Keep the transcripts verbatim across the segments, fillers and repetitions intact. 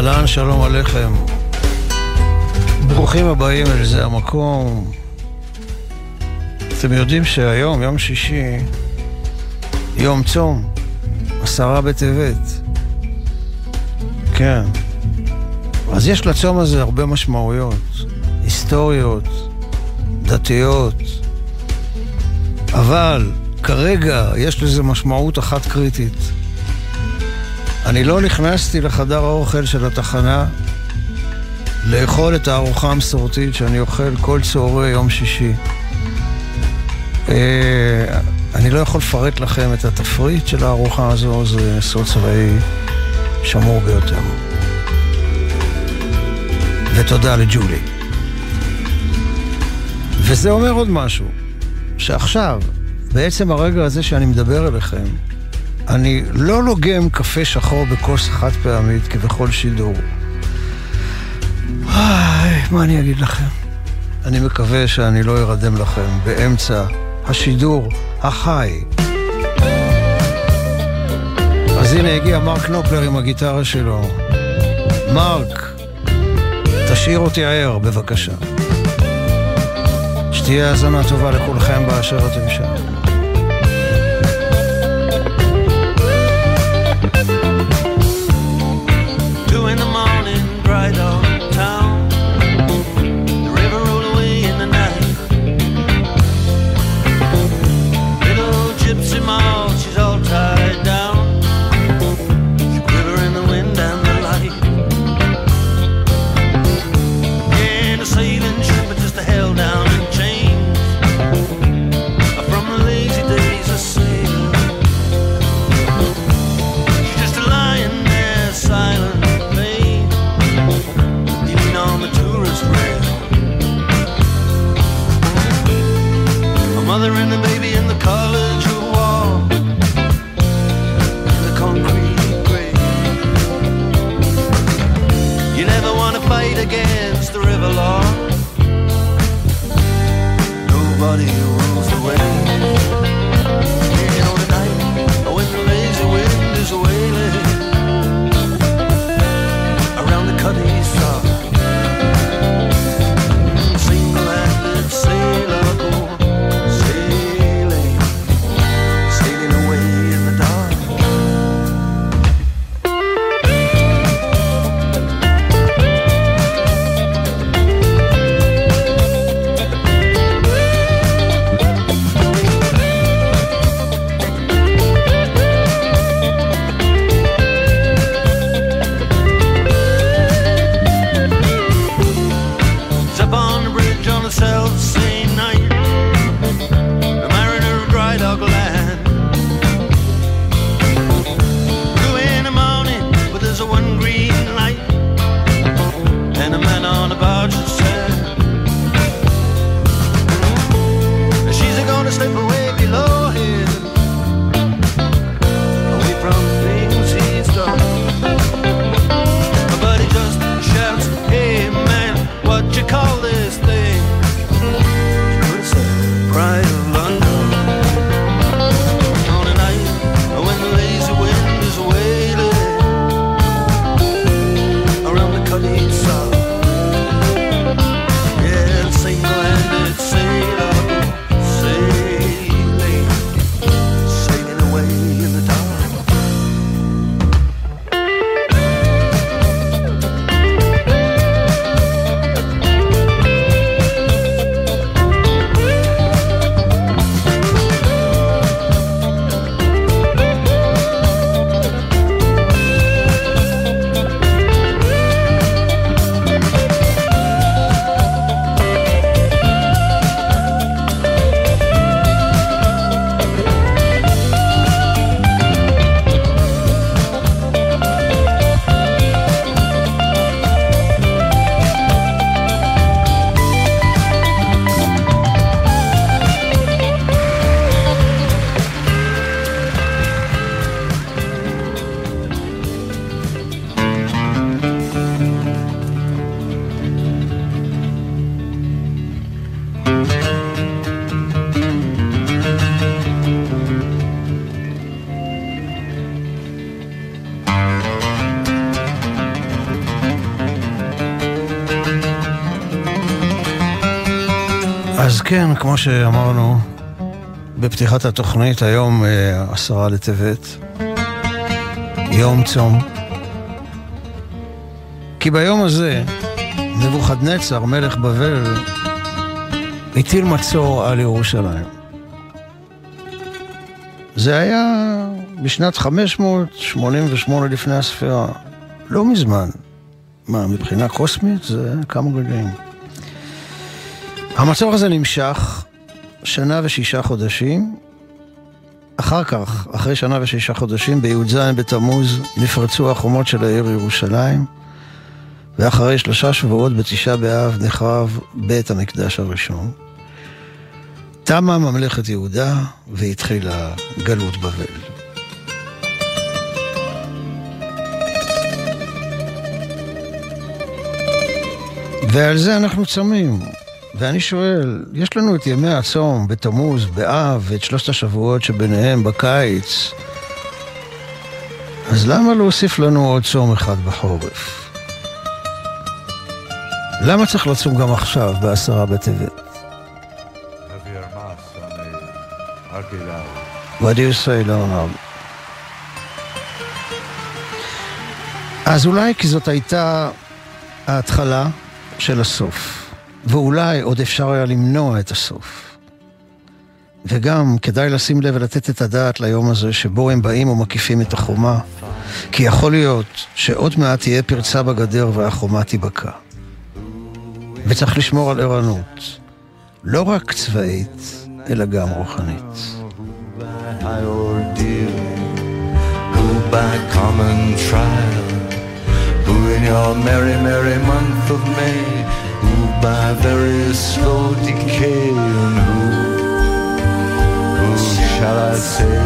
אהלן, שלום עליכם. ברוכים הבאים אל זה המקום. אתם יודעים שהיום, יום שישי, יום צום, עשרה בטבת. כן. אז יש לצום הזה הרבה משמעויות, היסטוריות, דתיות. אבל כרגע יש לזה משמעות אחת קריטית. אני לא נכנסתי לחדר האוכל של התחנה לאכול את הארוחה המסורתית שאני אוכל כל צהרי יום שישי. אני לא יכול לפרט לכם את התפריט של הארוחה הזו, זה סוד צבאי שמור ביותר. ותודה לג'ולי. וזה אומר עוד משהו, שעכשיו, בעצם הרגע הזה שאני מדבר אליכם, אני לא לוגם קפה שחור בכוס חד פעמית כבכל שידור. איי, מה אני אגיד לכם? אני מקווה שאני לא ירדם לכם באמצע השידור החי. אז הנה הגיע מרק נופלר עם הגיטרה שלו. מרק, תשאיר אותי ער, בבקשה. שתהיה האזנה טובה לכולכם באשר אתם שם. Single-handed sailor go sailing. כן, כמו שאמרנו בפתיחת התוכנית, היום עשרה לטבת, יום צום. כי ביום הזה נבוכדנצר, מלך בבל, הטיל מצור על ירושלים. זה היה בשנת חמש מאות שמונים ושמונה לפני הספירה. לא מזמן. מה, מבחינה קוסמית זה כמה רגעים. המצור הזה נמשך שנה ושישה חודשים. אחר כך, אחרי שנה ושישה חודשים, בי"ז בתמוז נפרצו החומות של העיר ירושלים, ואחרי שלושה שבועות בתשעה באב נחרב בית המקדש הראשון. תמה ממלכת יהודה והתחילה גלות בבל. ועל זה אנחנו צמים. ואני שואל, יש לנו את ימי הצום בתמוז, באב, ואת שלושת השבועות שביניהם בקיץ, אז למה להוסיף לנו עוד צום אחד בחורף? למה צריך לצום גם עכשיו, בעשרה בטבת? What do you say, לא? אז אולי כי זאת הייתה ההתחלה של הסוף. ואולי עוד אפשר היה למנוע את הסוף. וגם כדאי לשים לב ולתת את הדעת ליום הזה שבו הם באים ומקיפים את החומה, כי יכול להיות שעוד מעט תהיה פרצה בגדר והחומה תיבקע. וצריך לשמור על ערנות, לא רק צבאית, אלא גם רוחנית. Who by common trial, who in your merry, merry month of May, who by very slow decay, and who, who shall I say,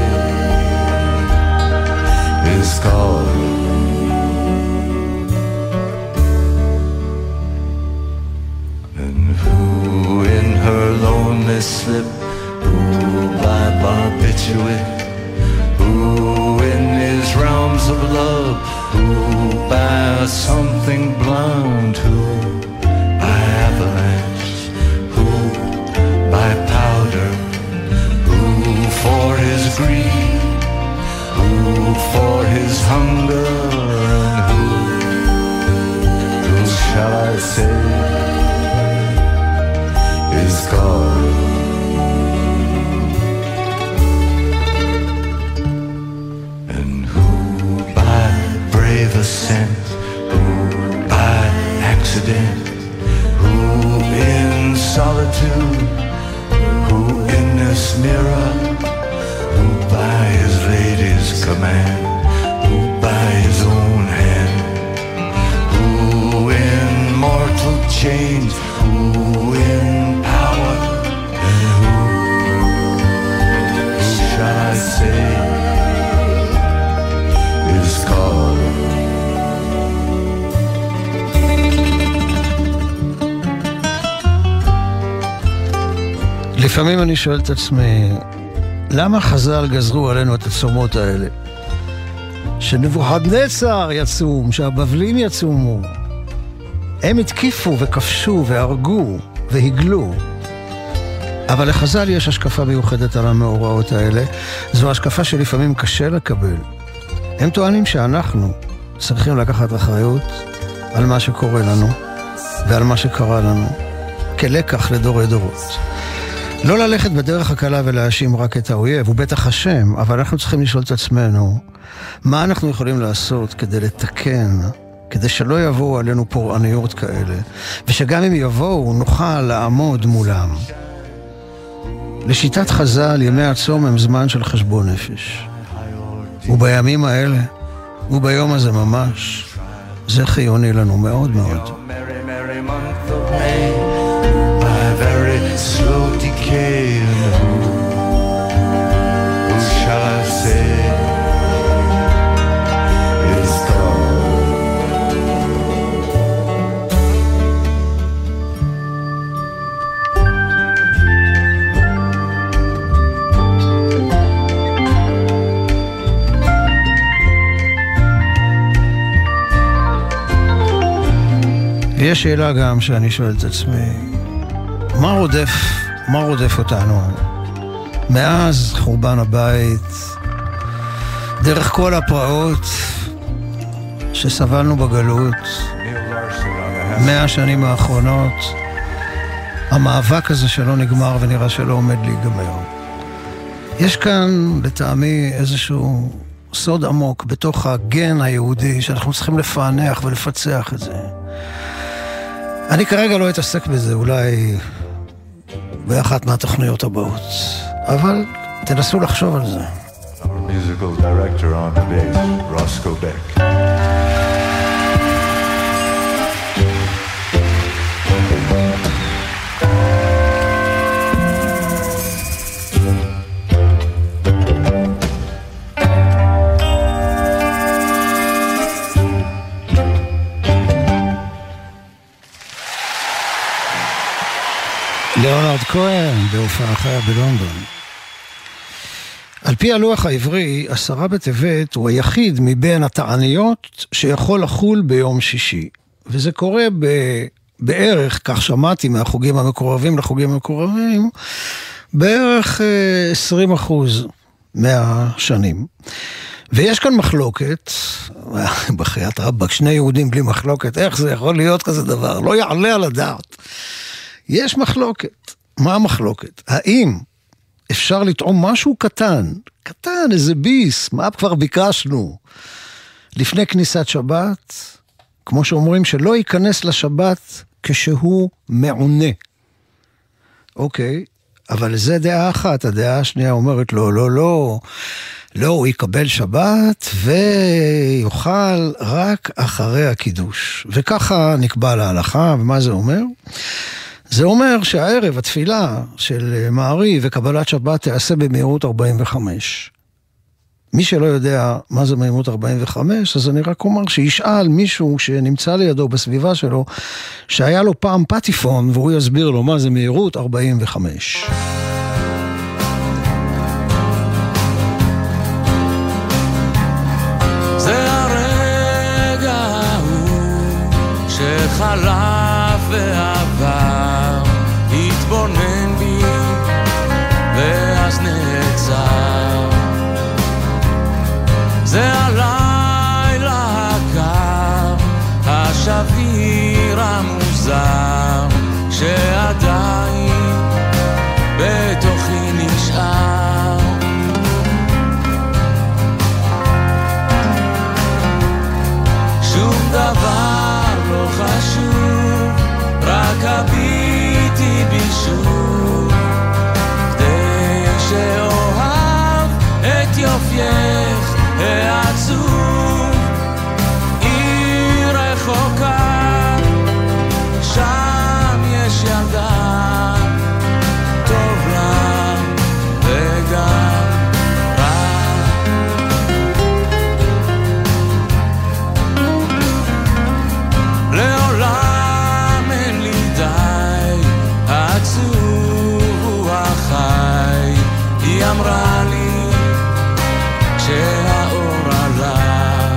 is called. And who in her lonely slip, who by barbiturate, who in his realms of love, who by something blonde, who by avalanche, who by powder, who for his greed, who for his hunger, and who, who shall I say, is God. Ascent, who by accident, who in solitude, who in this mirror, who by his lady's command, who by his own hand, who in mortal chains, who in power, and who, who shall I say, is called. לפעמים אני שואל את עצמי, למה חז"ל גזרו עלינו את הצומות האלה? שנבוכדנצר יצום, שהבבלים יצומו. הם התקיפו וכבשו והרגו והגלו. אבל לחז"ל יש השקפה מיוחדת על המאורעות האלה. זו השקפה שלפעמים קשה לקבל. הם טוענים שאנחנו צריכים לקחת אחריות על מה שקורה לנו ועל מה שקרה לנו, כלקח לדורי דורות. לא ללכת בדרך הקלה ולהאשים רק את האויב, הוא בטח השם, אבל אנחנו צריכים לשאול את עצמנו, מה אנחנו יכולים לעשות כדי לתקן, כדי שלא יבואו עלינו פורעניות כאלה, ושגם אם יבואו נוכל לעמוד מולם. לשיטת חז"ל, ימי הצום הם זמן של חשבון נפש. ובימים האלה, וביום הזה ממש, זה חיוני לנו מאוד מאוד. Slow decay, and who, who shall I say is God? יש שאלה גם שאני שואל את עצמי, מה רודף מה רודף אותנו? מאז חורבן הבית, דרך כל הפרעות שסבלנו בגלות, מאה שנים האחרונות, המאבק הזה שלא נגמר ונראה שלא עומד להיגמר. יש כאן לטעמי איזשהו סוד עמוק בתוך הגן היהודי שאנחנו צריכים לפענח ולפצח את זה. אני כרגע לא אתעסק בזה, אולי באחת מהתוכניות הבאות, אבל תנסו לחשוב על זה. Our musical director on the bass, Roscoe Beck. ליאונרד כהן בהופעה חיה בלונדון. על פי הלוח העברי, עשרה בטבת הוא היחיד מבין התעניות שיכול לחול ביום שישי. וזה קורה ב... בערך, כך שמעתי מהחוגים המקורבים לחוגים המקורבים, בערך עשרים אחוז מהשנים. ויש כאן מחלוקת, בחיית רבק, שני יהודים בלי מחלוקת, איך זה יכול להיות כזה דבר? לא יעלה על הדעת. יש מחלוקת. מה המחלוקת? האם אפשר לטעום משהו קטן, קטן, איזה ביס, מה כבר ביקשנו? לפני כניסת שבת, כמו שאומרים, שלא ייכנס לשבת כשהוא מעונה. אוקיי, אבל זה דעה אחת, הדעה השנייה אומרת לא, לא, לא, לא, הוא יקבל שבת ויוכל רק אחרי הקידוש. וככה נקבע להלכה, ומה זה אומר? זה אומר שהערב התפילה של מעריב וקבלת שבת תעשה במהירות ארבעים וחמש. מי שלא יודע מה זה מהירות ארבעים וחמש, אז אני רק אומר שישאל מישהו שנמצא לידו בסביבה שלו, שהיה לו פעם פטיפון, והוא יסביר לו מה זה מהירות ארבעים וחמש. זה הרגע ההוא שחלף ועבר, התבונן בי ואז נעצר. זה הלילה הקר, השביר המוזר, שעדיין בתוכי נשאר. שום דבר לא חשוב, רק הביטי בי שוב, כדי שאוהב את יופייך העצוב. עיר רחוקה, שם יש ילדה, טוב לה וגם רע. לעולם אין לי די, עצוב הוא החי. היא אמרה לי כשהאור עלה,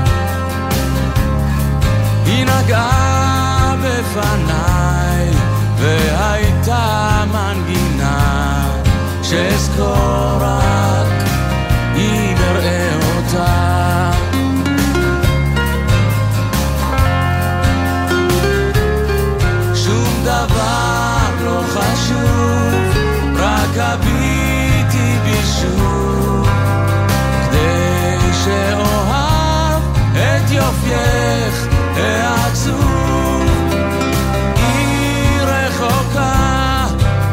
היא נגעה בפניי והייתה מנגינה שאזכור רק היא נראה אותה. שום דבר לא חשוב, רק הביטי בי שוב, כדי שאוהב את יופייך העצוב. עיר רחוקה,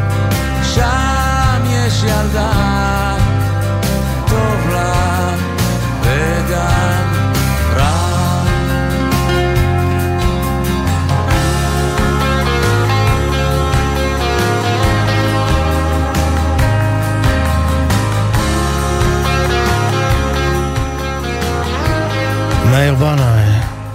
שם יש ילדה, טוב לה וגם רע. מאיר בנאי,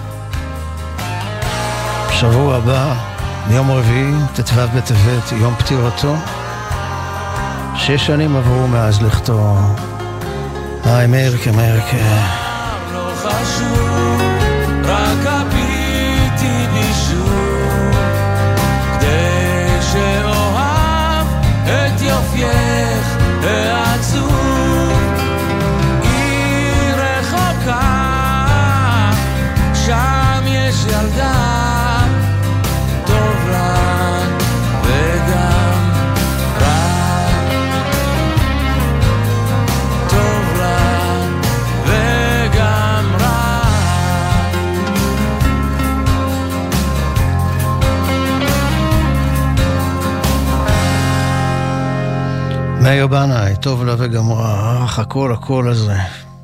שבוע הבא, יום רביעי, ט"ו בטבת, יום פטירתו. שש שנים עברו מאז לכתו. היי מאירקה, מאירקה. לא חשוב, רק הביטי בי שוב, כדי שאוהב את אופייך העצוב, היא רחוקה, שם יש ילדה, טוב לה וגם רע, טוב לה וגם רע. מאיר בנאי, טוב לה וגם רע, אך הכל הכל הזה.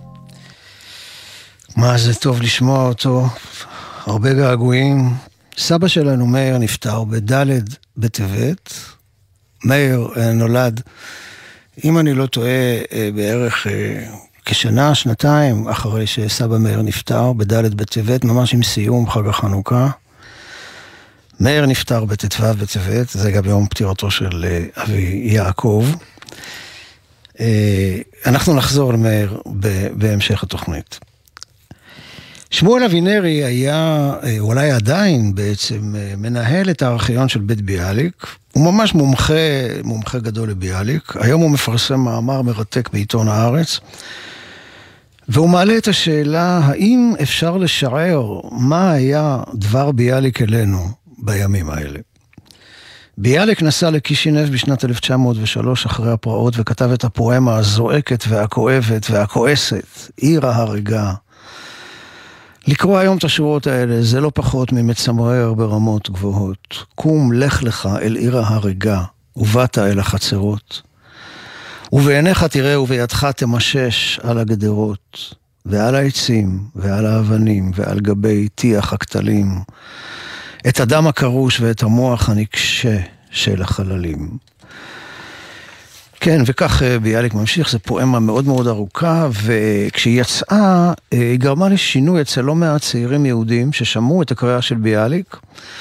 מה זה טוב לשמוע אותו, הרבה געגועים. סבא שלנו מאיר נפטר בדלת בטבת. מאיר נולד, אם אני לא טועה, בערך כשנה, שנתיים אחרי שסבא מאיר נפטר בדלת בטבת, ממש עם סיום חג החנוכה. מאיר נפטר בט"ו בטבת, זה גם יום פטירתו של אבי יעקב. אנחנו נחזור למאיר בהמשך התוכנית. שמואל אבינרי היה, אולי עדיין בעצם, מנהל את הארכיון של בית ביאליק. הוא ממש מומחה, מומחה גדול לביאליק. היום הוא מפרסם מאמר מרתק בעיתון הארץ. והוא מעלה את השאלה, האם אפשר לשער מה היה דבר ביאליק אלינו בימים האלה? ביאליק נסע לקישינב בשנת אלף תשע מאות ושלוש אחרי הפרעות, וכתב את הפואמה הזועקת והכואבת והכועסת, עיר ההרגה. לקרוא היום את השורות האלה זה לא פחות ממצמרר ברמות גבוהות. קום לך לך אל עיר ההרגה, ובאת אל החצרות. ובעיניך תראה ובידך תמשש על הגדרות, ועל העצים, ועל האבנים, ועל גבי תיח הכתלים, את הדם הקרוש ואת המוח הנקשה של החללים. כן, וכך ביאליק ממשיך, זו פואמה מאוד מאוד ארוכה, וכשהיא יצאה, היא גרמה לשינוי אצל לא מעט צעירים יהודים ששמעו את הקריאה של ביאליק,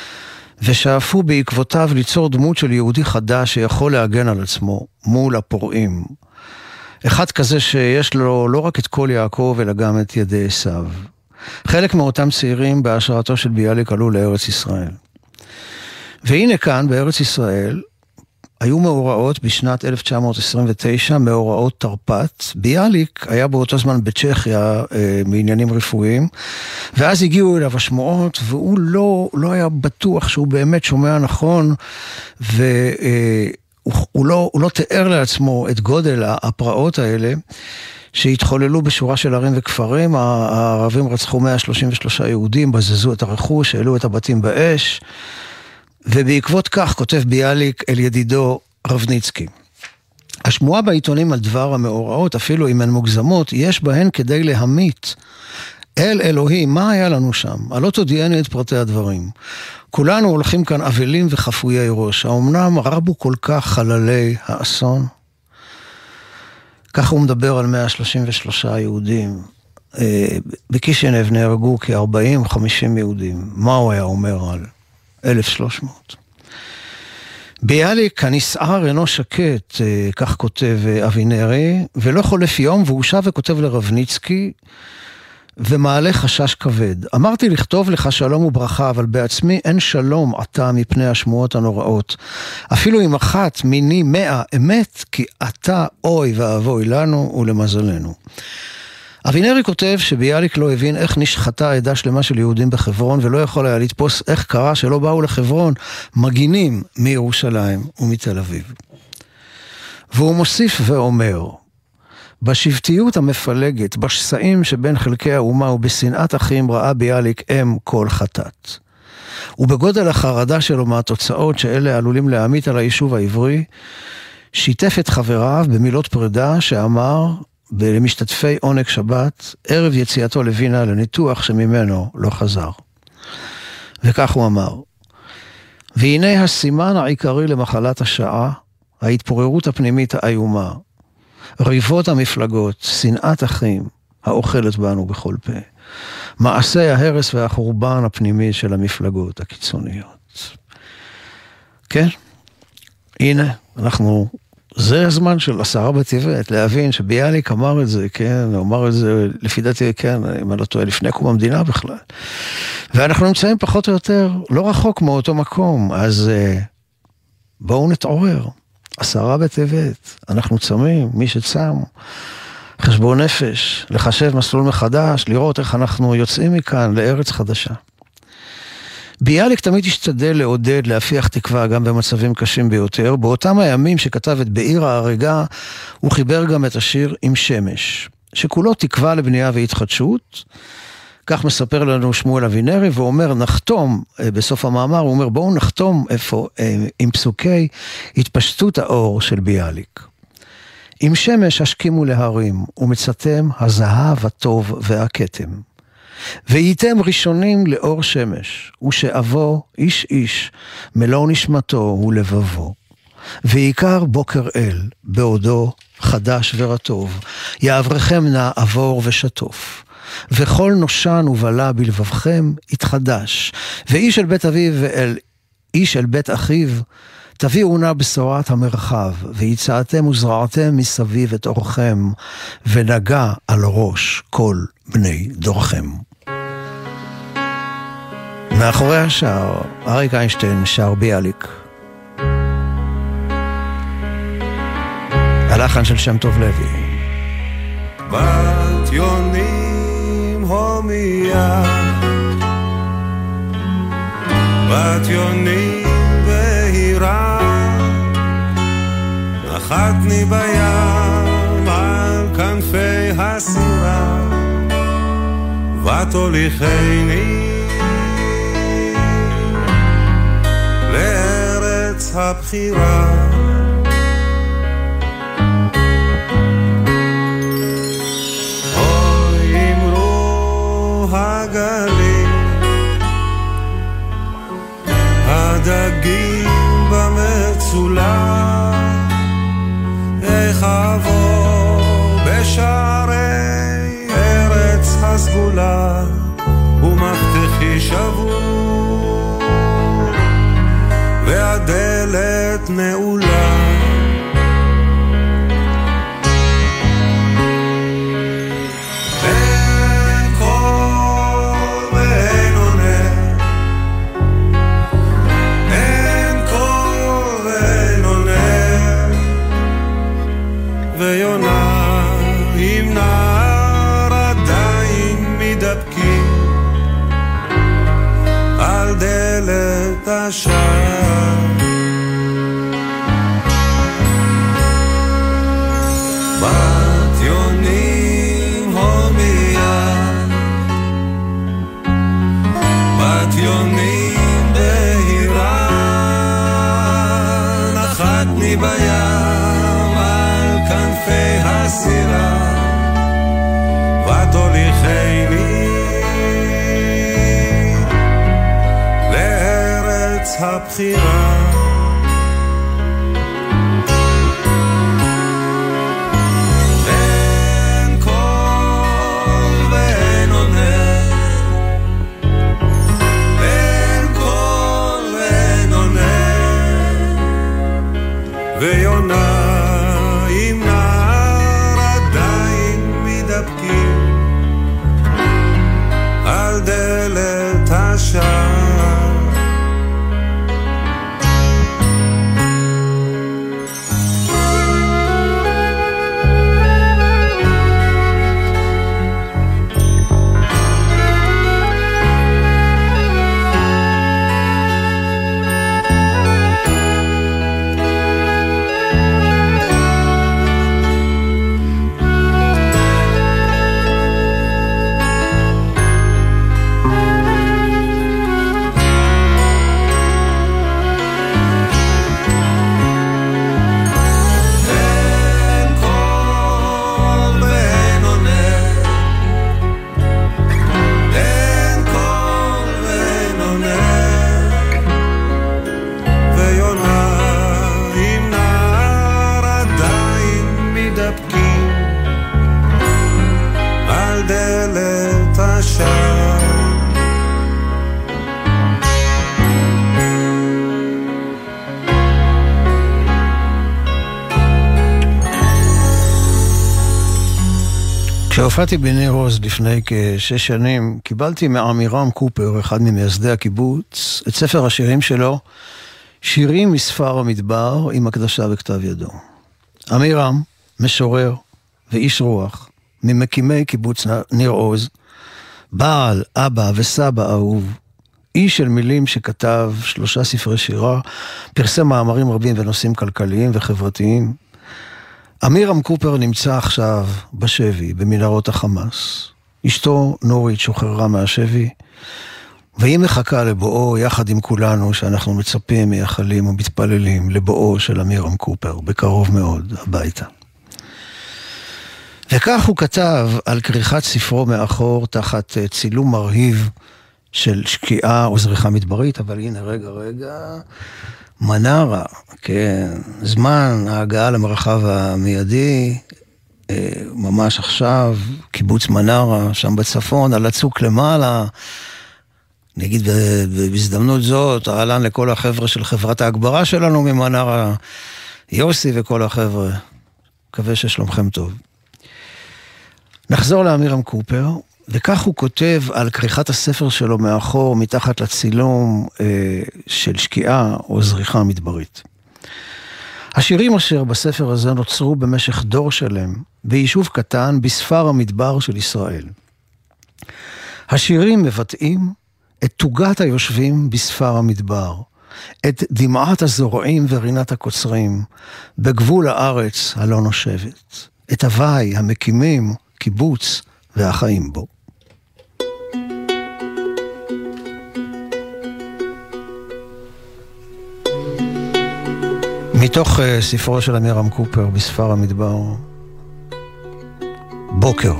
ושאפו בעקבותיו ליצור דמות של יהודי חדש שיכול להגן על עצמו מול הפורעים. אחד כזה שיש לו לא רק את כל יעקב, אלא גם את ידי עשיו. חלק מאותם צעירים בהשראתו של ביאליק עלו לארץ ישראל. והנה כאן בארץ ישראל, היו מאורעות בשנת אלף תשע מאות עשרים ותשע, מאורעות תרפ"ט. ביאליק היה באותו זמן בצ'כיה אה, מעניינים רפואיים, ואז הגיעו אליו השמועות, והוא לא, לא היה בטוח שהוא באמת שומע נכון, והוא אה, לא, הוא לא תיאר לעצמו את גודל הפרעות האלה, שהתחוללו בשורה של ערים וכפרים. הערבים רצחו מאה שלושים ושלושה יהודים, בזזו את הרכוש, העלו את הבתים באש, ובעקבות כך כותב ביאליק אל ידידו רבניצקי. השמועה בעיתונים על דבר המאורעות, אפילו אם הן מוגזמות, יש בהן כדי להמית. אל אלוהים, מה היה לנו שם? הלא תודיעני את פרטי הדברים. כולנו הולכים כאן אבלים וחפויי ראש. האמנם רבו כל כך חללי האסון? כך הוא מדבר על מאה שלושים ושלושה יהודים. בקישינב נהרגו כ-ארבעים חמישים יהודים. מה הוא היה אומר על אלף ושלוש מאות? ביאליק הנסער אינו שקט, כך כותב אבינרי, ולא חולף יום, והוא שב וכותב לרבניצקי, ומעלה חשש כבד. אמרתי לכתוב לך שלום וברכה, אבל בעצמי אין שלום עתה מפני השמועות הנוראות. אפילו אם אחת מיני מאה אמת, כי אתה אוי ואבוי לנו ולמזלנו. אבינרי כותב שביאליק לא הבין איך נשחטה עדה שלמה של יהודים בחברון, ולא יכול היה לתפוס איך קרה שלא באו לחברון מגינים מירושלים ומתל אביב. והוא מוסיף ואומר, בשבטיות המפלגת, בשסעים שבין חלקי האומה ובשנאת אחים ראה ביאליק אם כל חטאת. ובגודל החרדה שלו מהתוצאות שאלה עלולים להעמיד על היישוב העברי, שיתף את חבריו במילות פרידה שאמר למשתתפי עונג שבת, ערב יציאתו לווינה לניתוח שממנו לא חזר. וכך הוא אמר, והנה הסימן העיקרי למחלת השעה, ההתפוררות הפנימית האיומה, ריבות המפלגות, שנאת אחים, האוכלת בנו בכל פה, מעשי ההרס והחורבן הפנימי של המפלגות הקיצוניות. כן, הנה, אנחנו, זה הזמן של עשרה בטבת, להבין שביאליק אמר את זה, כן, הוא אמר את זה לפי דעתי, כן, אם אני לא טועה, לפני קום המדינה בכלל. ואנחנו נמצאים פחות או יותר, לא רחוק מאותו מקום, אז בואו נתעורר. עשרה בטבת, אנחנו צמים, מי שצם, חשבון נפש, לחשב מסלול מחדש, לראות איך אנחנו יוצאים מכאן לארץ חדשה. ביאליק תמיד השתדל לעודד, להפיח תקווה גם במצבים קשים ביותר. באותם הימים שכתב את בעיר ההרגה, הוא חיבר גם את השיר עם שמש, שכולו תקווה לבנייה והתחדשות. כך מספר לנו שמואל אבינרי, והוא אומר, נחתום, בסוף המאמר, הוא אומר, בואו נחתום איפה, עם פסוקי התפשטות האור של ביאליק. עם שמש השכימו להרים, ומצאתם הזהב הטוב והכתם. והייתם ראשונים לאור שמש, ושאבו איש איש, מלוא נשמתו ולבבו. ועיקר בוקר אל, בעודו חדש ורטוב, יעברכם נא עבור ושטוף. וכל נושן ובלה בלבבכם יתחדש, ואיש אל בית אביו ואל איש אל בית אחיו, תביאו נא בשורת המרחב, ויצאתם וזרעתם מסביב את אורכם, ונגע על ראש כל בני דורכם. מאחורי השער, אריק איינשטיין, שער ביאליק. הלחן של שם טוב לוי. בת יונים הומיה, בת יונים בהירה, נחתני בים על כנפי הסירה, ותוליכני לארץ הבחירה. אוי אמרו הגלים, הדגים במצולה, איך עבור בשערי ארץ הסגולה, ומפתחי שבור והדלת נעולה. אין קול ואין עונה, אין קול ואין עונה, ויונה עם נער עדיין מדבקים על דלת השער. בת יונים הומיה, בת יונים בהירה, נחתני בים על כנפי הסירה, ותוליכני לארץ הבחירה. אין קול ואין עונה, אין קול ואין עונה, ויונה עם נער עדיין מדבקים על דלת השער. כשהופעתי בניר עוז לפני כשש שנים, קיבלתי מעמירם קופר, אחד ממייסדי הקיבוץ, את ספר השירים שלו, שירים מספר המדבר עם הקדשה בכתב ידו. אמירם, משורר ואיש רוח, ממקימי קיבוץ ניר עוז, בעל, אבא וסבא אהוב, איש של מילים שכתב שלושה ספרי שירה, פרסם מאמרים רבים ונושאים כלכליים וחברתיים. אמירם קופר נמצא עכשיו בשבי, במנהרות החמאס. אשתו נורית שוחררה מהשבי, והיא מחכה לבואו יחד עם כולנו, שאנחנו מצפים, מייחלים ומתפללים לבואו של אמירם קופר, בקרוב מאוד הביתה. וכך הוא כתב על כריכת ספרו מאחור, תחת צילום מרהיב של שקיעה או זריחה מדברית, אבל הנה רגע רגע, מנרה, כן, זמן ההגעה למרחב המיידי, ממש עכשיו, קיבוץ מנרה, שם בצפון, על הצוק למעלה, נגיד בהזדמנות זאת, אהלן לכל החבר'ה של חברת ההגברה שלנו ממנרה, יוסי וכל החבר'ה, מקווה ששלומכם טוב. נחזור לאמירם קופר, וכך הוא כותב על כריכת הספר שלו מאחור, מתחת לצילום אה, של שקיעה או זריחה מדברית. השירים אשר בספר הזה נוצרו במשך דור שלם, ביישוב קטן בספר המדבר של ישראל. השירים מבטאים את תוגת היושבים בספר המדבר, את דמעת הזורעים ורינת הקוצרים, בגבול הארץ הלא נושבת, את הוואי המקימים, קיבוץ והחיים בו. מתוך uh, ספרו של אמירם קופר בספר המדבר, בוקר.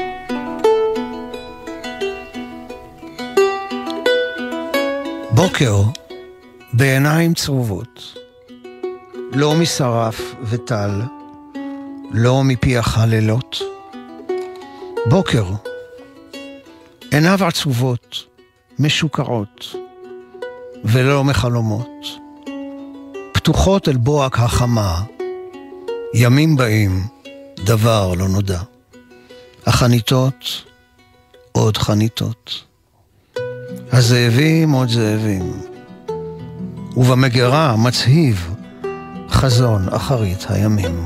בוקר בעיניים צרובות, לא משרף וטל, לא מפיח הלילות. בוקר, עיניו עצובות, משוקעות, ולא מחלומות, פתוחות אל בוהק החמה, ימים באים, דבר לא נודע. החניתות, עוד חניתות. הזאבים עוד זאבים. ובמגרה מצהיב חזון אחרית הימים.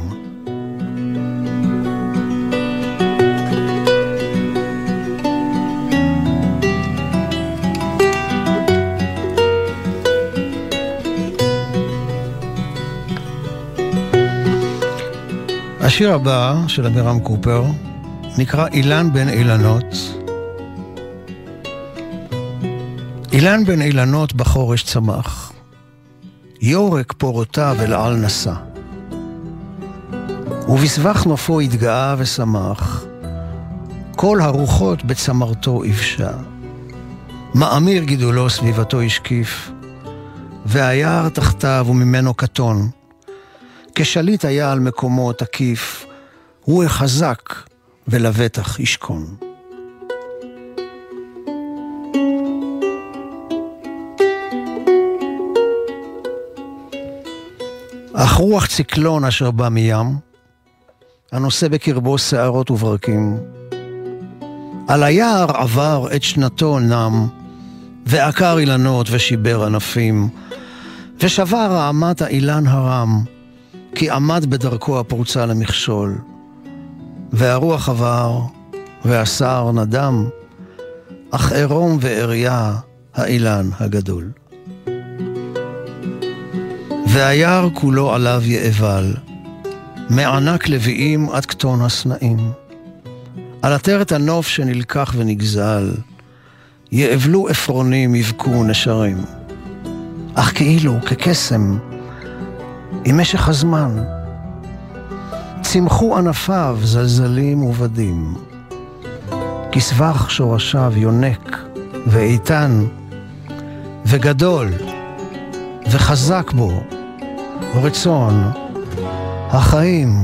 השיר הבא של אמירם קופר נקרא אילן בין אילנות. אילן בין אילנות בחורש צמח, יורק פורותיו אל על נסע, ובסבך נופו התגאה ושמח, כל הרוחות בצמרתו יבשה, מאמיר גידולו סביבתו השקיף, והיער תחתיו וממנו קטון, כשליט היה על מקומו תקיף, הוא החזק ולבטח ישכון. אך רוח ציקלון אשר בא מים, הנושא בקרבו שערות וברקים, על היער עבר את שנתו נם, ועקר אילנות ושיבר ענפים, ושבר רעמת האילן הרם, כי עמד בדרכו הפרוצה למכשול, והרוח עבר, והשר נדם, אך עירום ועריה האילן הגדול. והיער כולו עליו יאבל, מענק לוויים עד כתון הסנאים. על עטרת הנוף שנלקח ונגזל, יאבלו אפרונים יבכו נשרים, אך כאילו כקסם, עם משך הזמן, צמחו ענפיו זלזלים ובדים, כסבך שורשיו יונק ואיתן וגדול וחזק בו רצון החיים.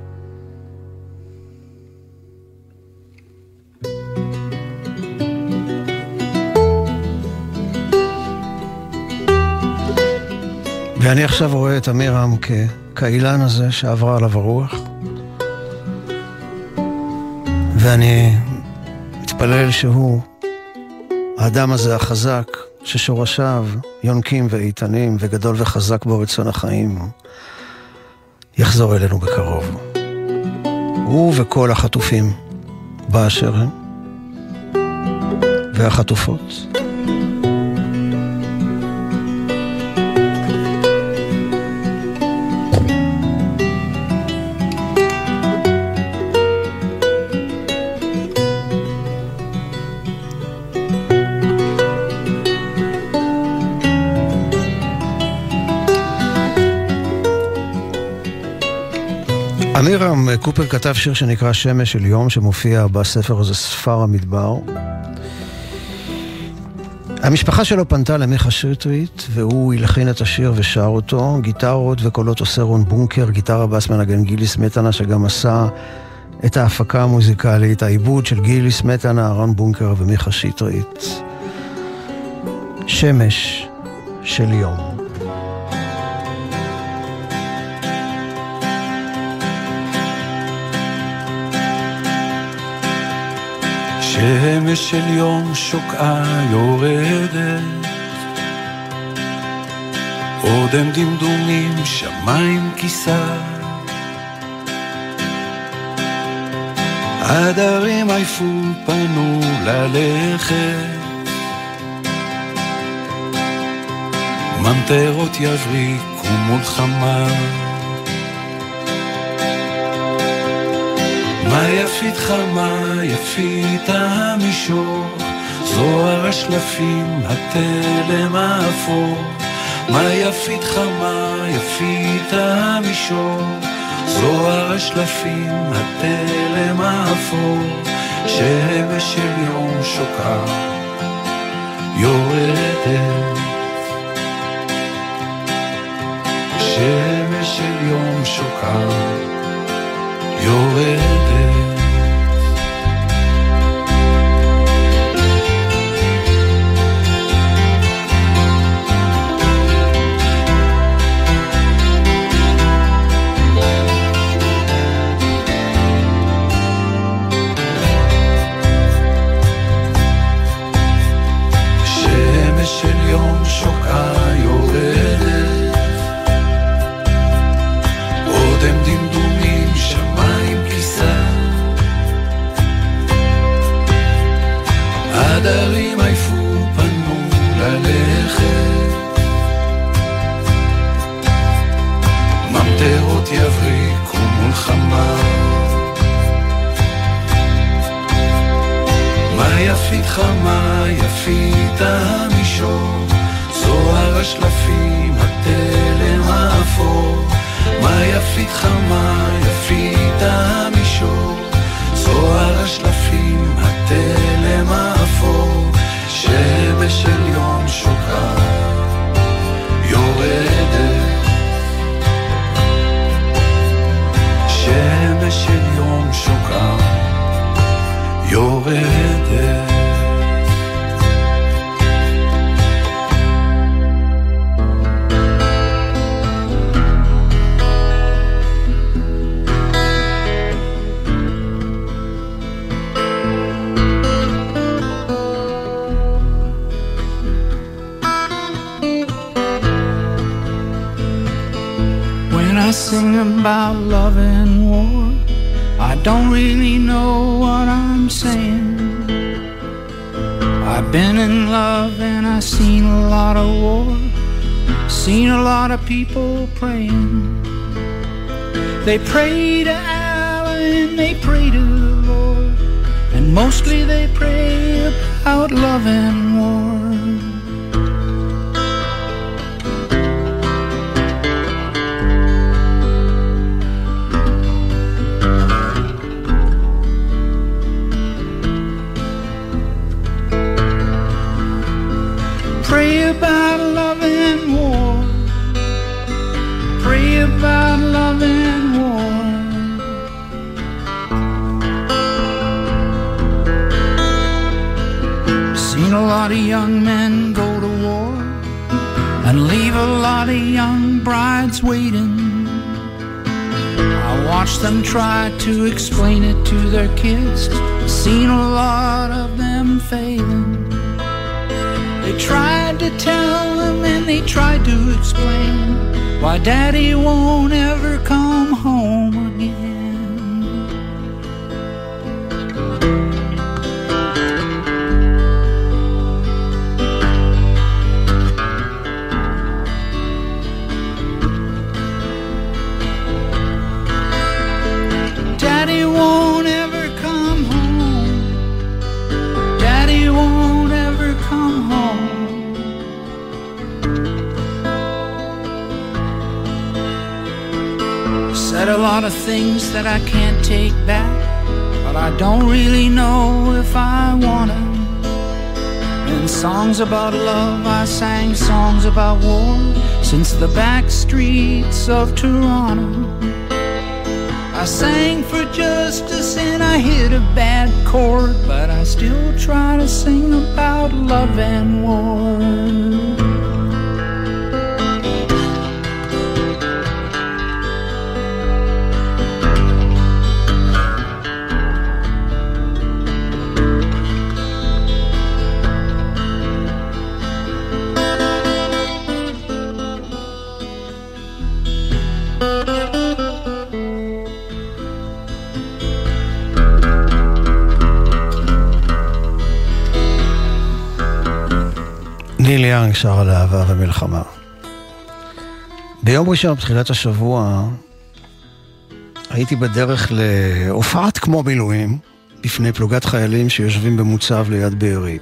ואני עכשיו רואה את אמירם כאילן הזה שעברה עליו הרוח, ואני מתפלל שהוא, האדם הזה החזק, ששורשיו יונקים ואיתנים וגדול וחזק בו רצון החיים, יחזור אלינו בקרוב. הוא וכל החטופים באשר הם, והחטופות. אמירם קופר כתב שיר שנקרא שמש של יום, שמופיע בספר הזה ספר המדבר. המשפחה שלו פנתה למיכה שטרית, והוא הלחין את השיר ושר אותו. גיטרות וקולות עושה רון בונקר, גיטרה בס מנגן גילי סמטנה, שגם עשה את ההפקה המוזיקלית, העיבוד של גילי סמטנה, רון בונקר ומיכה שטרית. שמש של יום. שמש של יום שוקעה יורדת, עוד הם דמדומים שמיים כיסה, הדרים עייפו פנו ללכת, ממטרות יבריקו מול חמה. מה יפית חמה, יפית המישור, זוהר השלפים, התלם האפור. מה יפית חמה, יפית המישור, זוהר השלפים, התלם האפור. שמש של יום שוקעה יורדת, שמש של יום שוקעה יורדת. שמש של יום שוקעה יורדת, עוד הם דמדומים שמיים כיסה, הדרים עייפו פנו ללכת, ממטרות יבריקו מול חמה. מה יפית חמה, יפית המישור, זוהר השלפים, התלם האפור. מה יפית חמה, יפית המישור, זוהר השלפים, התלם האפור. שמש של יום שוקעה יורדת, שמש של יום שוקעה יורדת. When I sing about love and war, I don't really know what I'm saying. I've been in love and I've seen a lot of war, seen a lot of people praying. They pray to Allah and they pray to the Lord, and mostly they pray about love and war. Pray about love and war, pray about love and war. Seen a lot of young men go to war and leave a lot of young brides waiting. I watched them try to explain it to their kids, seen a lot of them failing. They They tried to tell him and they tried to explain why Daddy won't ever come home again. Daddy won't ever come home. Daddy won't ever come home. Said a lot of things that I can't take back, but I don't really know if I wanna. And songs about love, I sang songs about war since the back streets of Toronto. I sang for justice and I hit a bad chord, but I still try to sing about love and war. ניל יאנג שר על אהבה ומלחמה. ביום ראשון בתחילת השבוע הייתי בדרך להופעת כמו מילואים בפני פלוגת חיילים שיושבים במוצב ליד בארי.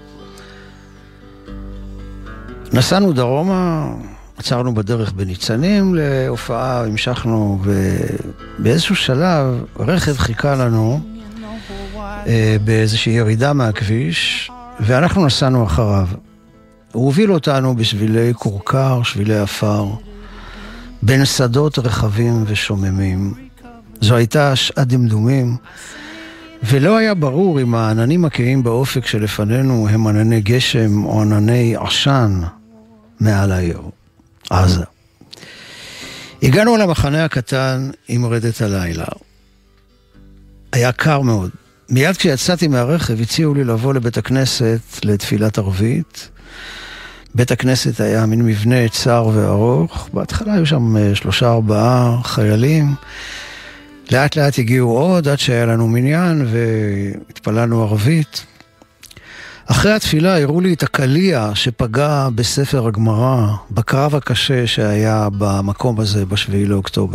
נסענו דרומה, עצרנו בדרך בניצנים להופעה, המשכנו, ובאיזשהו שלב רכב חיכה לנו באיזושהי ירידה מהכביש, ואנחנו נסענו אחריו. הוא הוביל אותנו בשבילי קורקר, שבילי אפר, בין שדות רחבים ושוממים. זו הייתה שעת דמדומים, ולא היה ברור אם העננים הקיים באופק שלפנינו הם ענני גשם או ענני עשן מעל העיר. עזה. הגענו למחנה הקטן עם רדת הלילה. היה קר מאוד. מיד כשיצאתי מהרכב הציעו לי לבוא לבית הכנסת לתפילת ערבית. בית הכנסת היה מין מבנה צר וארוך. בהתחלה היו שם שלושה ארבעה חיילים. לאט לאט הגיעו עוד עד שהיה לנו מניין והתפללנו ערבית. אחרי התפילה הראו לי את הקליע שפגע בספר הגמרא בקרב הקשה שהיה במקום הזה בשביעי לאוקטובר.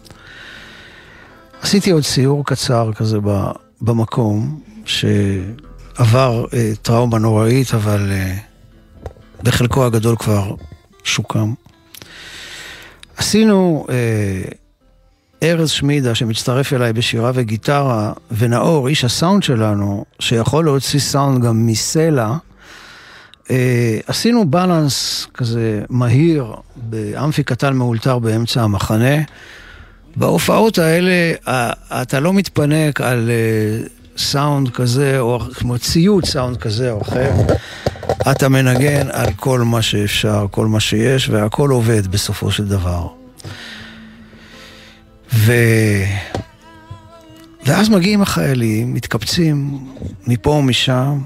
עשיתי עוד סיור קצר כזה במקום שעבר אה, טראומה נוראית, אבל אה, בחלקו הגדול כבר שוקם. עשינו אה, ארז שמידה שמצטרף אליי בשירה וגיטרה, ונאור, איש הסאונד שלנו, שיכול להוציא סאונד גם מסלע, אה, עשינו בלנס כזה מהיר באמפי קטן מאולתר באמצע המחנה. בהופעות האלה אתה לא מתפנק על סאונד כזה או כמו ציוד סאונד כזה או אחר, אתה מנגן על כל מה שאפשר, כל מה שיש, והכל עובד בסופו של דבר. ו... ואז מגיעים החיילים, מתקבצים מפה ומשם,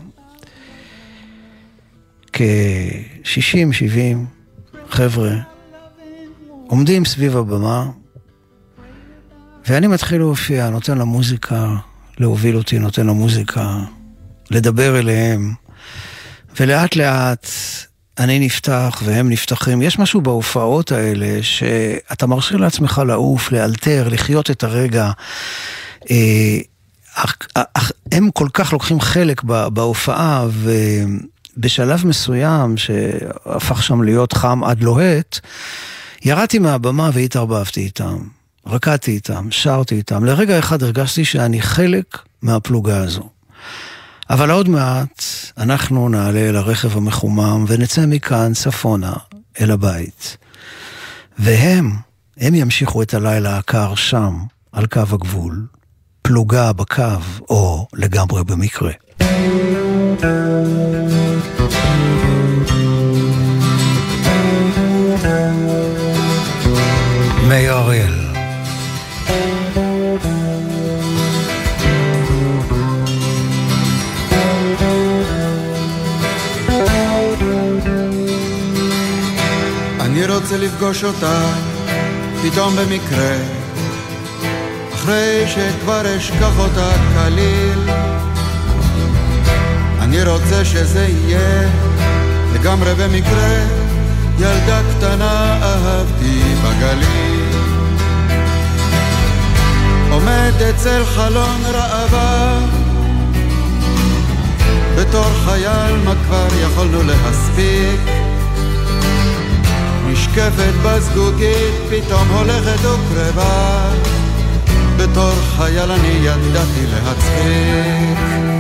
כ-שישים שבעים חבר'ה, עומדים סביב הבמה, ואני מתחיל להופיע, נותן למוזיקה להוביל אותי, נותן למוזיקה לדבר אליהם, ולאט לאט אני נפתח והם נפתחים. יש משהו בהופעות האלה שאתה מרשה לעצמך לעוף, לאלתר, לחיות את הרגע. הם כל כך לוקחים חלק בהופעה, ובשלב מסוים שהפך שם להיות חם עד לוהט, ירדתי מהבמה והתערבבתי איתם. רקדתי איתם, שרתי איתם. לרגע אחד הרגשתי שאני חלק מהפלוגה הזו. אבל עוד מעט אנחנו נעלה אל הרכב המחומם ונצא מכאן צפונה אל הבית. והם, הם ימשיכו את הלילה הקר שם, על קו הגבול, פלוגה בקו או לגמרי במקרה. מאיר אריאל. רוצה לפגוש אותה פתאום במקרה, אחרי שכבר אשכח אותה כליל. אני רוצה שזה יהיה לגמרי במקרה, ילדה קטנה אהבתי בגליל. עומד אצל חלון ראווה, בתור חייל מה כבר יכולנו להספיק. נשקפת בזגוגית פתאום הולכת וקרבה, בתור חייל אני ידעתי להצחיק.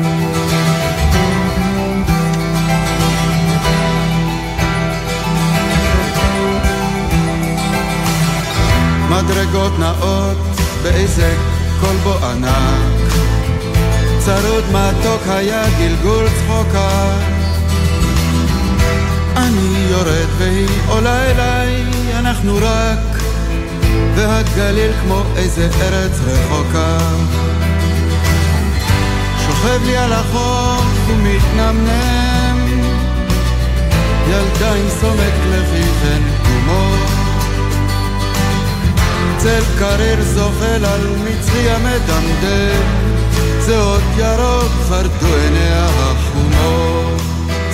מדרגות נאות באיזה כלבו ענק, צרוד מתוק היה גלגול צחוקה. אני יורד והיא עולה אליי, אנחנו רק, והגליל כמו איזה ארץ רחוקה. שוכב לי על החוף ומתנמנם, ילדה עם סומק לחיכן גומות, צל קריר זוחל על מצרי המדמדם, זה עוד ירוק חרדו עיניה החומות.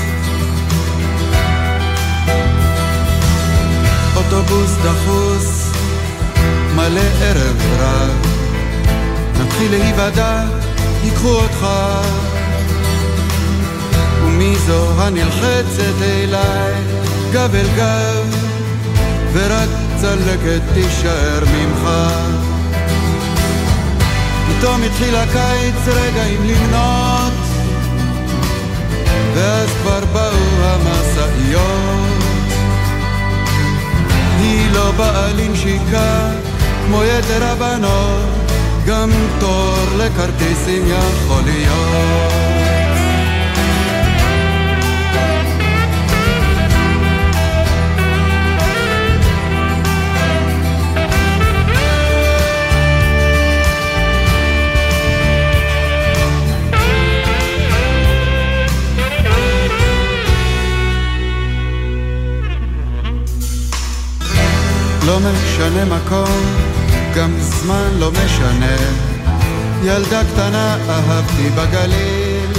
אוטובוס דחוס מלא ערב רב, נתחיל להיוודע, ייקחו אותך. ומי זו הנלחצת אליי גב אל גב, ורק צלקת תישאר ממך. פתאום התחיל הקיץ רגעים למנות, ואז כבר באו המסעיות. היא לא באה לנשיקה כמו יתר הבנות, גם תור לכרטיסים יכול להיות. לא משנה מקום, גם זמן לא משנה, ילדה קטנה אהבתי בגליל.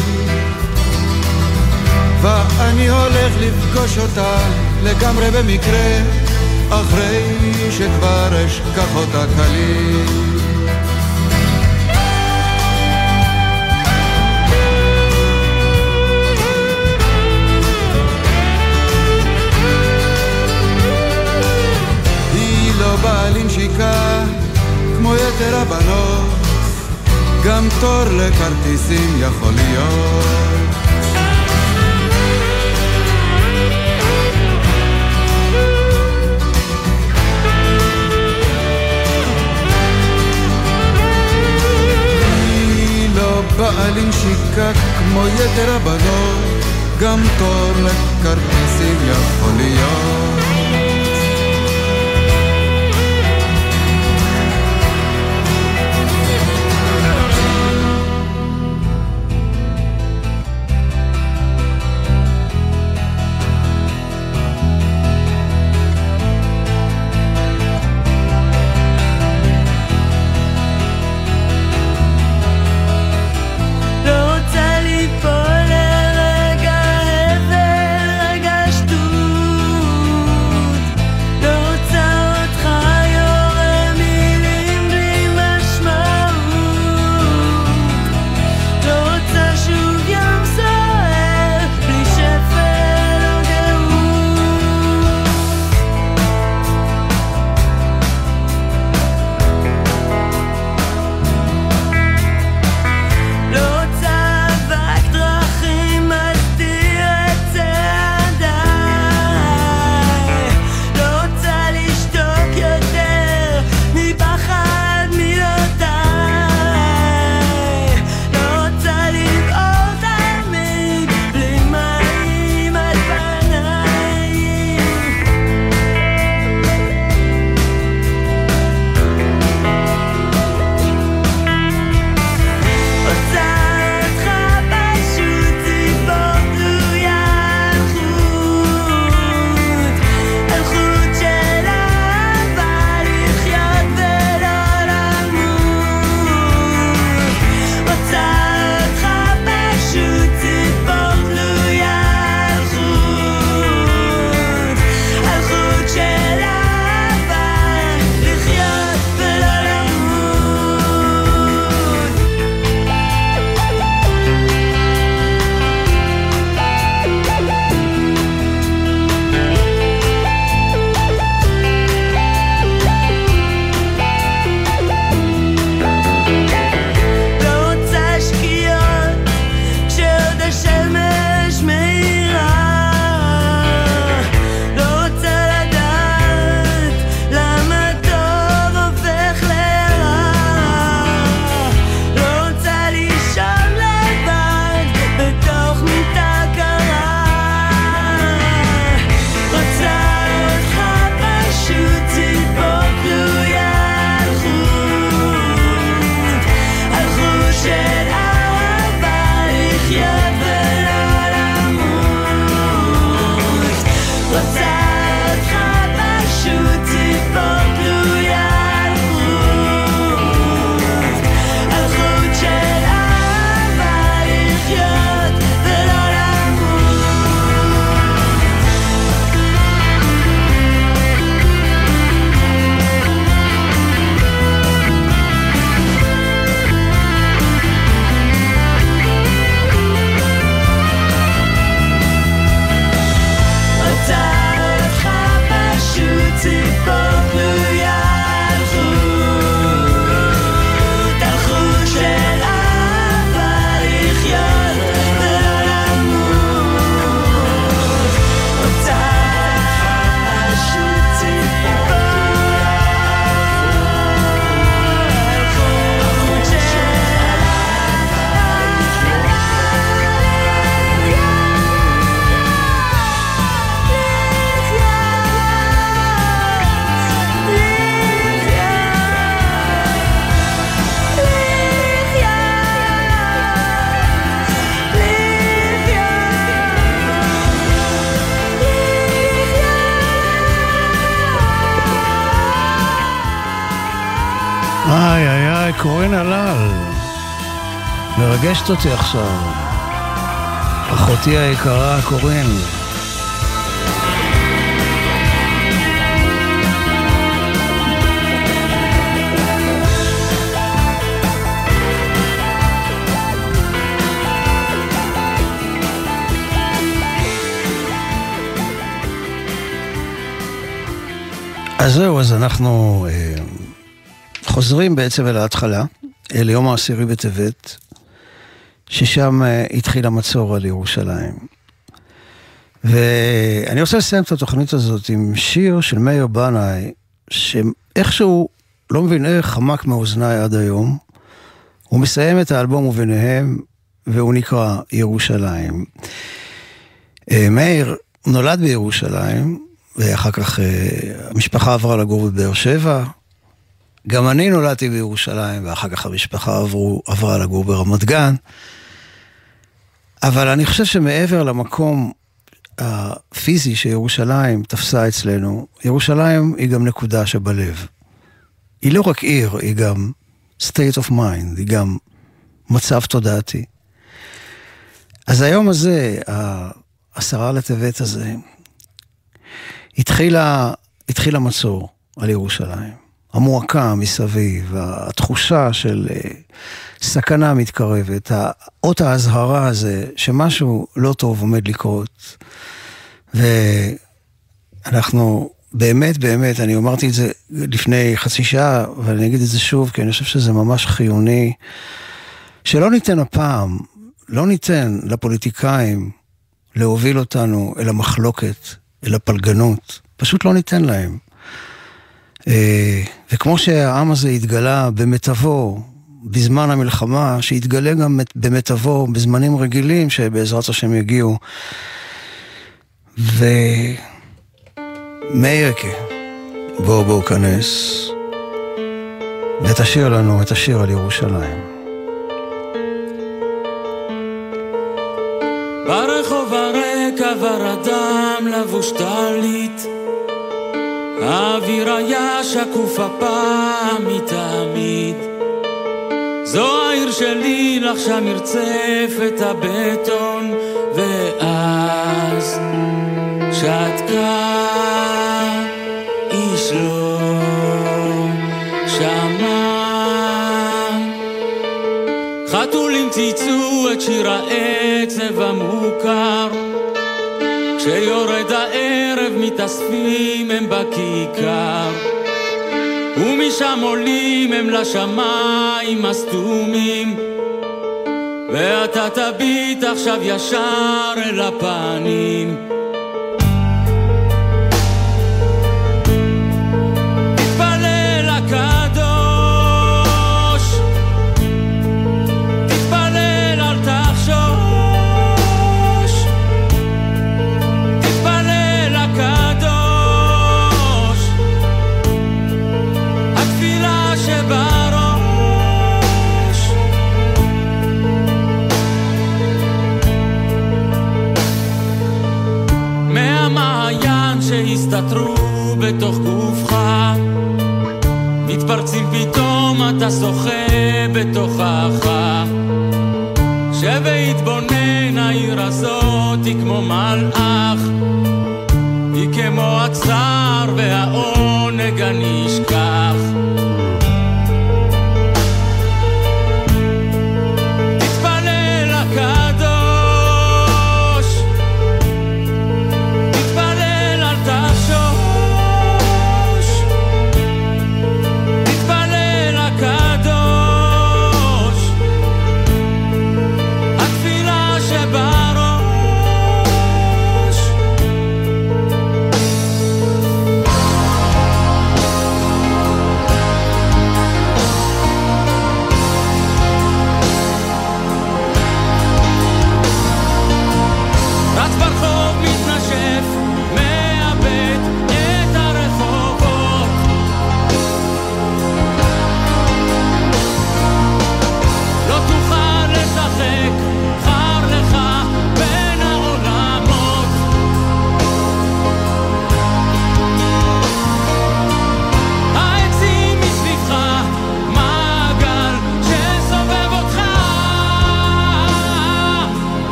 ואני הולך לפגוש אותה לגמרי במקרה, אחרי שכבר אשכח אותה כליל. לא באה לנשיקה כמו יתר הבנות, גם תור לכרטיסים יכול להיות. היא לא באה לנשיקה כמו יתר הבנות, גם תור לכרטיסים יכול להיות. ליפול לרגע הבל רגע שטות קורן הלל, מרגשת אותי עכשיו. אחותי היקרה קורן. אז זהו, אז אנחנו אה, חוזרים בעצם אל ההתחלה, אל יום העשירי בטבת, ששם אה, התחיל המצור על ירושלים. ואני רוצה לסיים את התוכנית הזאת עם שיר של מאיר בנאי, שאיכשהו, לא מבין איך, חמק מאוזניי עד היום. הוא מסיים את האלבום וביניהם, והוא נקרא ירושלים. אה, מאיר נולד בירושלים, ואחר כך המשפחה עברה לגור בבאר שבע. גם אני נולדתי בירושלים, ואחר כך המשפחה עברו, עברה לגור ברמת גן. אבל אני חושב שמעבר למקום הפיזי שירושלים תפסה אצלנו, ירושלים היא גם נקודה שבלב. היא לא רק עיר, היא גם state of mind, היא גם מצב תודעתי. אז היום הזה, העשרה לטבת הזה, התחילה, התחילה מצור על ירושלים. המועקה מסביב, התחושה של סכנה מתקרבת, האות ההזהרה הזה שמשהו לא טוב עומד לקרות. ואנחנו באמת, באמת, אני אמרתי את זה לפני חצי שעה, אבל אני אגיד את זה שוב, כי אני חושב שזה ממש חיוני, שלא ניתן הפעם, לא ניתן לפוליטיקאים להוביל אותנו אל המחלוקת, אל הפלגנות, פשוט לא ניתן להם. וכמו שהעם הזה התגלה במטבו, בזמן המלחמה, שהתגלה גם במטבו, בזמנים רגילים, שבעזרת השם יגיעו. ומאירקה, בואו בואו כנס, ותשאיר לנו את השיר על ירושלים. ברחוב הרקע ורדם לבוש טלית, האוויר היה שקוף הפעם מתמיד. זו העיר שלי, לחשה מרצפת הבטון, ואז שתקה, איש לא שמע. חתולים ציצו את שיר העצב המוכר, כשיורד הערב מתאספים הם בכיכר, ומשם עולים הם לשמיים הסתומים, ואתה תביט עכשיו ישר אל הפנים. תתפלל הקדוש, תתפלל אל תחשוש, תתפלל הקדוש, התפילה שבראש. מהמעיין שהסתתרו בתוך גופך, מתפרצים פתאום, אתה שוחה בתוכך. שבהתבונן העיר הזאת היא כמו מלאך, היא כמו הצער והעונג הנשכח. תתפלל הקדוש, תתפלל אל תחשוש, תתפלל הקדוש, התפילה שבראש.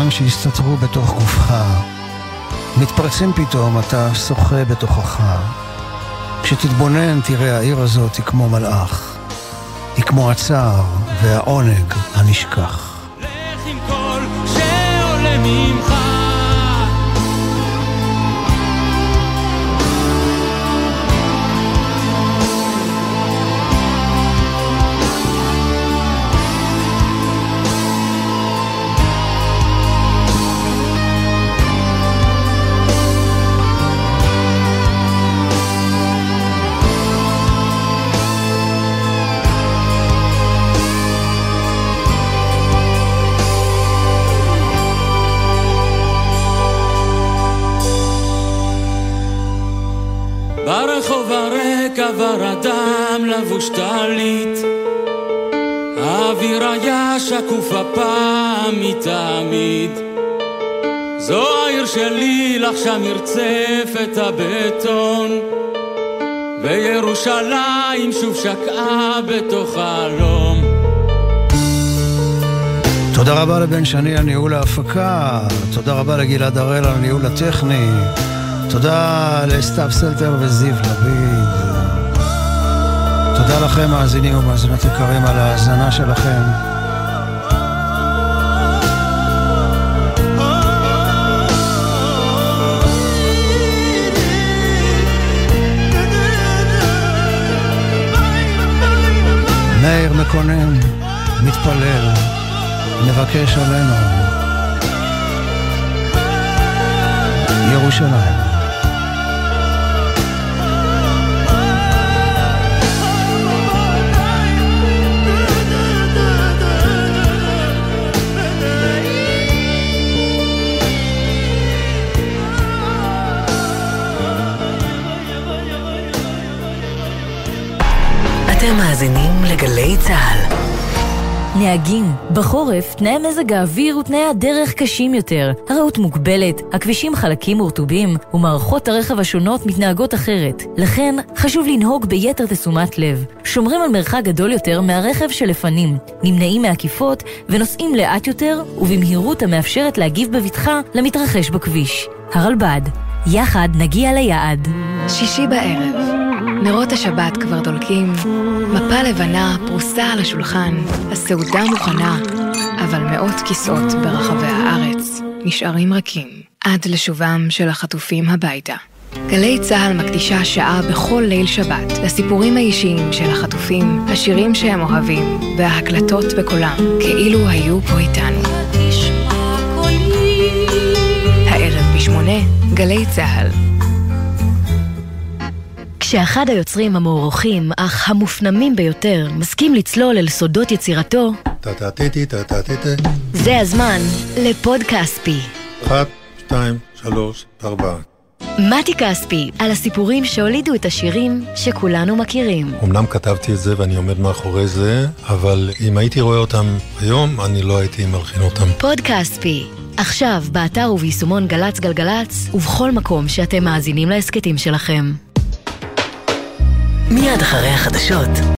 ים שהסתתרו בתוך גופך. מתפרצים פתאום, אתה שוחה בתוכך. כשתתבונן תראה העיר הזאת היא כמו מלאך. היא כמו הצער והעונג הנשכח. לך עם כל שעולה ממך. ברחוב הרק עבר אדם לבוש טלית, האוויר היה שקוף הפעם מתמיד. זו העיר שלי, לך שם מרצפת הבטון, וירושלים שוב שקעה בתוך חלום. תודה רבה לבן שני על ניהול ההפקה, תודה רבה לגלעד הראל על הניהול הטכני, תודה לסתיו סלטר וזיו לביד. תודה לכם מאזינים ומאזינות יקרים על ההאזנה שלכם. מאיר מקונן, מתפלל, מבקש עלינו ירושלים. אתם מאזינים לגלי צהל. נהגים, בחורף תנאי מזג האוויר ותנאי הדרך קשים יותר. הראות מוגבלת, הכבישים חלקים ורטובים, ומערכות הרכב השונות מתנהגות אחרת. לכן חשוב לנהוג ביתר תשומת לב. שומרים על מרחק גדול יותר מהרכב שלפנים, נמנעים מעקיפות ונוסעים לאט יותר ובמהירות המאפשרת להגיב בבטחה למתרחש בכביש. הרלב"ד, יחד נגיע ליעד. שישי בערב, נרות השבת כבר דולקים, מפה לבנה פרוסה על השולחן, הסעודה מוכנה, אבל מאות כיסאות ברחבי הארץ נשארים רכים עד לשובם של החטופים הביתה. גלי צהל מקדישה שעה בכל ליל שבת לסיפורים האישיים של החטופים, השירים שהם אוהבים וההקלטות בקולם כאילו היו פה איתנו. הערב בשמונה, גלי צהל. כשאחד היוצרים המוערוכים אך המופנמים ביותר מסכים לצלול אל סודות יצירתו, זה הזמן לפוד כספי. אחת, שתיים, שלוש, ארבע. מתי כספי, על הסיפורים שהולידו את השירים שכולנו מכירים. אמנם כתבתי את זה ואני עומד מאחורי זה, אבל אם הייתי רואה אותם היום, אני לא הייתי מלחין אותם. פוד כספי, עכשיו באתר וביישומון גלץ גלגלץ, ובכל מקום שאתם מאזינים להסקטים שלכם. מיד אחרי החדשות.